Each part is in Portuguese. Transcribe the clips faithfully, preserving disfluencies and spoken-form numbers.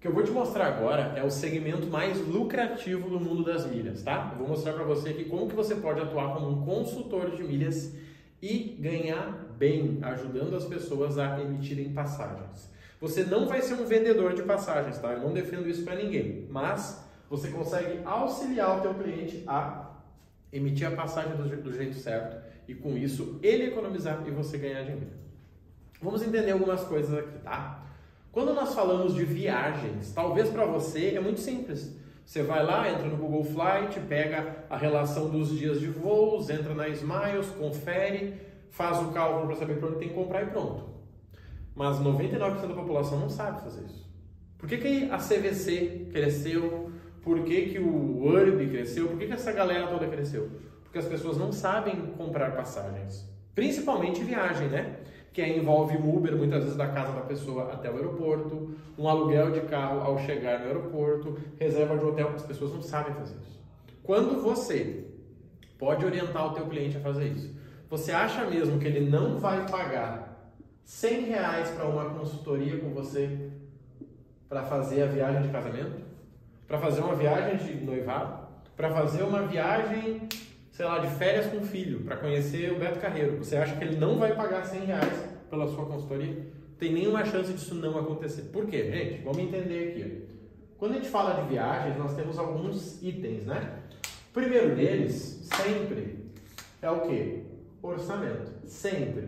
que eu vou te mostrar agora é o segmento mais lucrativo do mundo das milhas, tá? Eu vou mostrar para você aqui como que você pode atuar como um consultor de milhas e ganhar bem, ajudando as pessoas a emitirem passagens. Você não vai ser um vendedor de passagens, tá? Eu não defendo isso para ninguém, mas você consegue auxiliar o teu cliente a emitir a passagem do, do jeito certo e com isso ele economizar e você ganhar dinheiro. Vamos entender algumas coisas aqui, tá? Quando nós falamos de viagens, talvez para você é muito simples. Você vai lá, entra no Google Flight, pega a relação dos dias de voos, entra na Smiles, confere, faz o cálculo para saber para onde tem que comprar e pronto. Mas noventa e nove por cento da população não sabe fazer isso. Por que que a C V C cresceu? Por que que o Urb cresceu? Por que que essa galera toda cresceu? Porque as pessoas não sabem comprar passagens. Principalmente viagem, né? Que envolve um Uber, muitas vezes, da casa da pessoa até o aeroporto, um aluguel de carro ao chegar no aeroporto, reserva de hotel, as pessoas não sabem fazer isso. Quando você pode orientar o teu cliente a fazer isso, você acha mesmo que ele não vai pagar cem reais para uma consultoria com você para fazer a viagem de casamento? Para fazer uma viagem de noivado? Para fazer uma viagem, sei lá, de férias com o filho, para conhecer o Beto Carreiro? Você acha que ele não vai pagar cem reais pela sua consultoria? Tem nenhuma chance disso não acontecer. Por quê, gente? Vamos entender aqui. Quando a gente fala de viagens, nós temos alguns itens, né? O primeiro deles, sempre, é o quê? Orçamento. Sempre.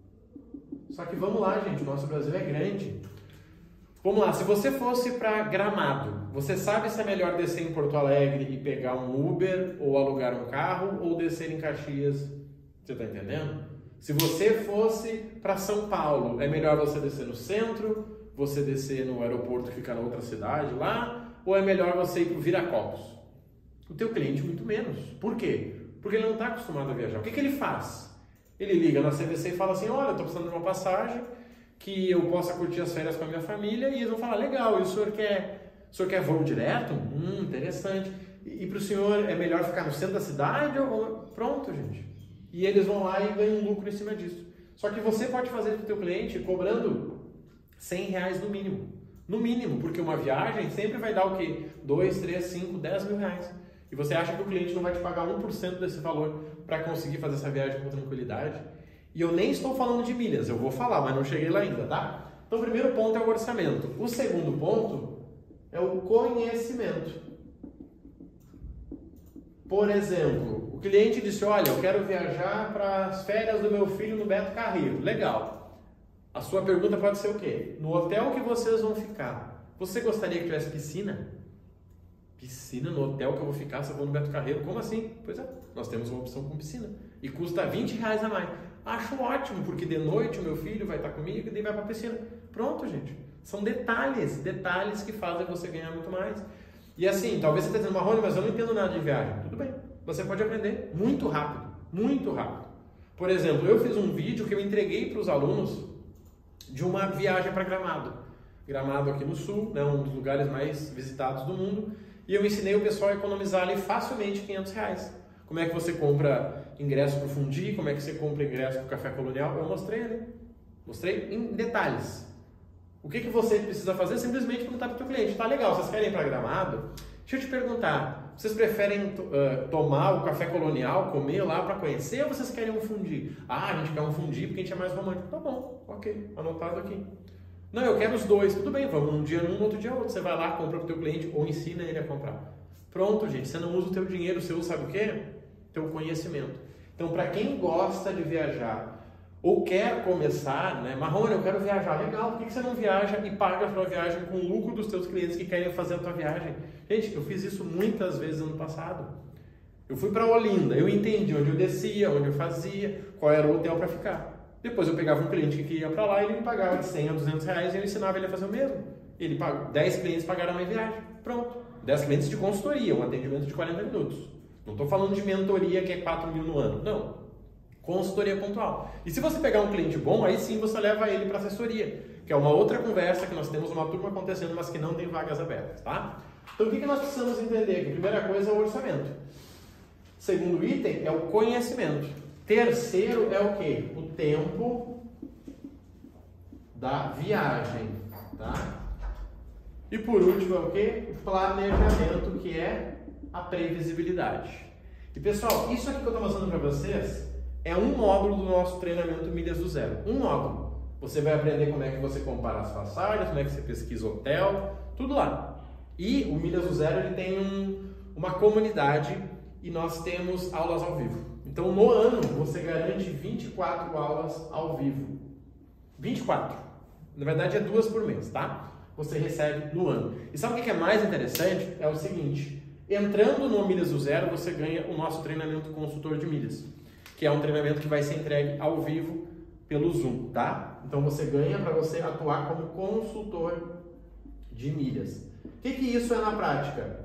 Só que vamos lá, gente, o nosso Brasil é grande. Vamos lá, se você fosse para Gramado, você sabe se é melhor descer em Porto Alegre e pegar um Uber ou alugar um carro ou descer em Caxias? Você está entendendo? Se você fosse para São Paulo, é melhor você descer no centro, você descer no aeroporto que fica na outra cidade lá, ou é melhor você ir para o Viracopos? O teu cliente muito menos. Por quê? Porque ele não está acostumado a viajar. O que que ele faz? Ele liga na C V C e fala assim, olha, eu estou precisando de uma passagem que eu possa curtir as férias com a minha família, e eles vão falar, legal, e o senhor quer, o senhor quer voo direto? Hum, interessante. E, e para o senhor é melhor ficar no centro da cidade? Ou... Pronto, gente. E eles vão lá e ganham um lucro em cima disso. Só que você pode fazer para o teu cliente cobrando cem reais no mínimo. No mínimo, porque uma viagem sempre vai dar o quê? dois, três, cinco, dez mil reais. E você acha que o cliente não vai te pagar um por cento desse valor para conseguir fazer essa viagem com tranquilidade? E eu nem estou falando de milhas, eu vou falar, mas não cheguei lá ainda, tá? Então o primeiro ponto é o orçamento. O segundo ponto é o conhecimento. Por exemplo, o cliente disse, olha, eu quero viajar para as férias do meu filho no Beto Carreiro. Legal. A sua pergunta pode ser o quê? No hotel que vocês vão ficar, você gostaria que tivesse piscina? Piscina no hotel que eu vou ficar se eu vou no Beto Carreiro? Como assim? Pois é, nós temos uma opção com piscina. E custa vinte reais a mais. Acho ótimo, porque de noite o meu filho vai estar comigo e daí vai para a piscina. Pronto, gente. São detalhes, detalhes que fazem você ganhar muito mais. E assim, talvez você esteja dizendo, Marrone, mas eu não entendo nada de viagem. Tudo bem, você pode aprender muito rápido, muito rápido. Por exemplo, eu fiz um vídeo que eu entreguei para os alunos de uma viagem para Gramado. Gramado aqui no sul, né, um dos lugares mais visitados do mundo. E eu ensinei o pessoal a economizar ali facilmente quinhentos reais. Como é que você compra ingresso para o Fundi, como é que você compra ingresso para o Café Colonial, eu mostrei ali. Mostrei em detalhes. O que, que você precisa fazer? Simplesmente perguntar para o teu cliente, tá legal, vocês querem ir para Gramado? Deixa eu te perguntar, vocês preferem uh, tomar o Café Colonial, comer lá para conhecer, ou vocês querem um Fundi? Ah, a gente quer um Fundi porque a gente é mais romântico. Tá bom, ok, anotado aqui. Não, eu quero os dois, tudo bem, vamos um dia num, outro dia outro. Você vai lá, compra para o teu cliente ou ensina ele a comprar. Pronto, gente, você não usa o teu dinheiro, você usa, sabe o quê? Teu conhecimento. Então, para quem gosta de viajar ou quer começar, né, Marrone, eu quero viajar, legal, por que você não viaja e paga a sua viagem com o lucro dos teus clientes que querem fazer a tua viagem? Gente, eu fiz isso muitas vezes ano passado. Eu fui para Olinda, eu entendi onde eu descia, onde eu fazia, qual era o hotel para ficar. Depois eu pegava um cliente que queria ir para lá e ele me pagava de cem a duzentos reais e eu ensinava ele a fazer o mesmo. Ele pagou, dez clientes pagaram a minha viagem, pronto. dez clientes de consultoria, um atendimento de quarenta minutos. Não estou falando de mentoria que é quatro mil no ano, não. Consultoria pontual. E se você pegar um cliente bom, aí sim você leva ele para assessoria, que é uma outra conversa que nós temos uma turma acontecendo, mas que não tem vagas abertas, tá? Então o que, que nós precisamos entender aqui? Primeira coisa é o orçamento. Segundo item é o conhecimento. Terceiro é o quê? O tempo da viagem, tá? E por último é o que? O planejamento, que é a previsibilidade. E pessoal, isso aqui que eu estou mostrando para vocês é um módulo do nosso treinamento Milhas do Zero. Um módulo. Você vai aprender como é que você compara as passagens, como é que você pesquisa hotel, tudo lá. E o Milhas do Zero ele tem um, uma comunidade e nós temos aulas ao vivo. Então no ano você garante vinte e quatro aulas ao vivo. vinte e quatro. Na verdade é duas por mês, tá? Você recebe no ano. E sabe o que é mais interessante? É o seguinte, entrando no Milhas do Zero você ganha o nosso treinamento consultor de milhas, que é um treinamento que vai ser entregue ao vivo pelo Zoom, tá? Então você ganha para você atuar como consultor de milhas. O que que isso é na prática?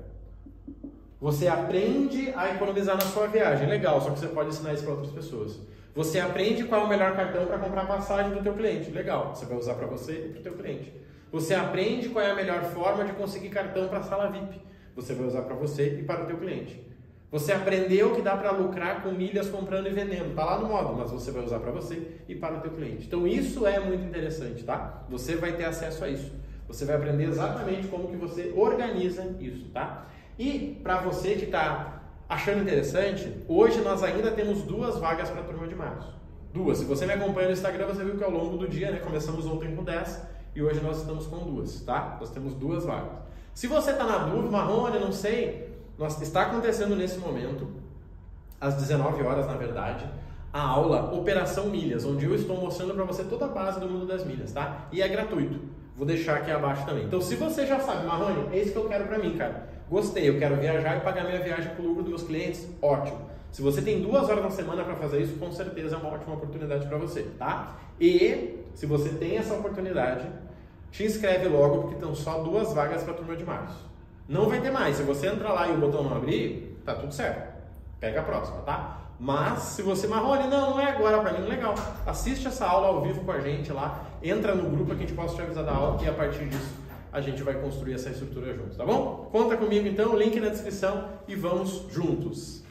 Você aprende a economizar na sua viagem, legal, só que você pode ensinar isso para outras pessoas. Você aprende qual é o melhor cartão para comprar passagem do teu cliente, legal, você vai usar para você e para o teu cliente. Você aprende qual é a melhor forma de conseguir cartão para a sala V I P, você vai usar para você e para o teu cliente. Você aprendeu que dá para lucrar com milhas comprando e vendendo. Está lá no módulo, mas você vai usar para você e para o teu cliente. Então isso é muito interessante, tá? Você vai ter acesso a isso. Você vai aprender exatamente como que você organiza isso, tá? E para você que está achando interessante, hoje nós ainda temos duas vagas para a turma de março. Duas. Se você me acompanha no Instagram, você viu que ao longo do dia, né, começamos ontem com dez e hoje nós estamos com duas, tá? Nós temos duas vagas. Se você está na dúvida, Marrone, não sei... Nós, está acontecendo nesse momento, às dezenove horas na verdade, a aula Operação Milhas, onde eu estou mostrando para você toda a base do mundo das milhas, tá? E é gratuito. Vou deixar aqui abaixo também. Então, se você já sabe, Marrone, é isso que eu quero para mim, cara. Gostei, eu quero viajar e pagar minha viagem com o lucro dos meus clientes, ótimo. Se você tem duas horas na semana para fazer isso, com certeza é uma ótima oportunidade para você, tá? E, se você tem essa oportunidade, te inscreve logo, porque estão só duas vagas para a turma de março. Não vai ter mais. Se você entrar lá e o botão não abrir, tá tudo certo. Pega a próxima, tá? Mas, se você, Marrone, não, não é agora pra mim, legal. Assiste essa aula ao vivo com a gente lá, entra no grupo que a gente possa te avisar da aula e a partir disso a gente vai construir essa estrutura juntos, tá bom? Conta comigo então, link na descrição e vamos juntos.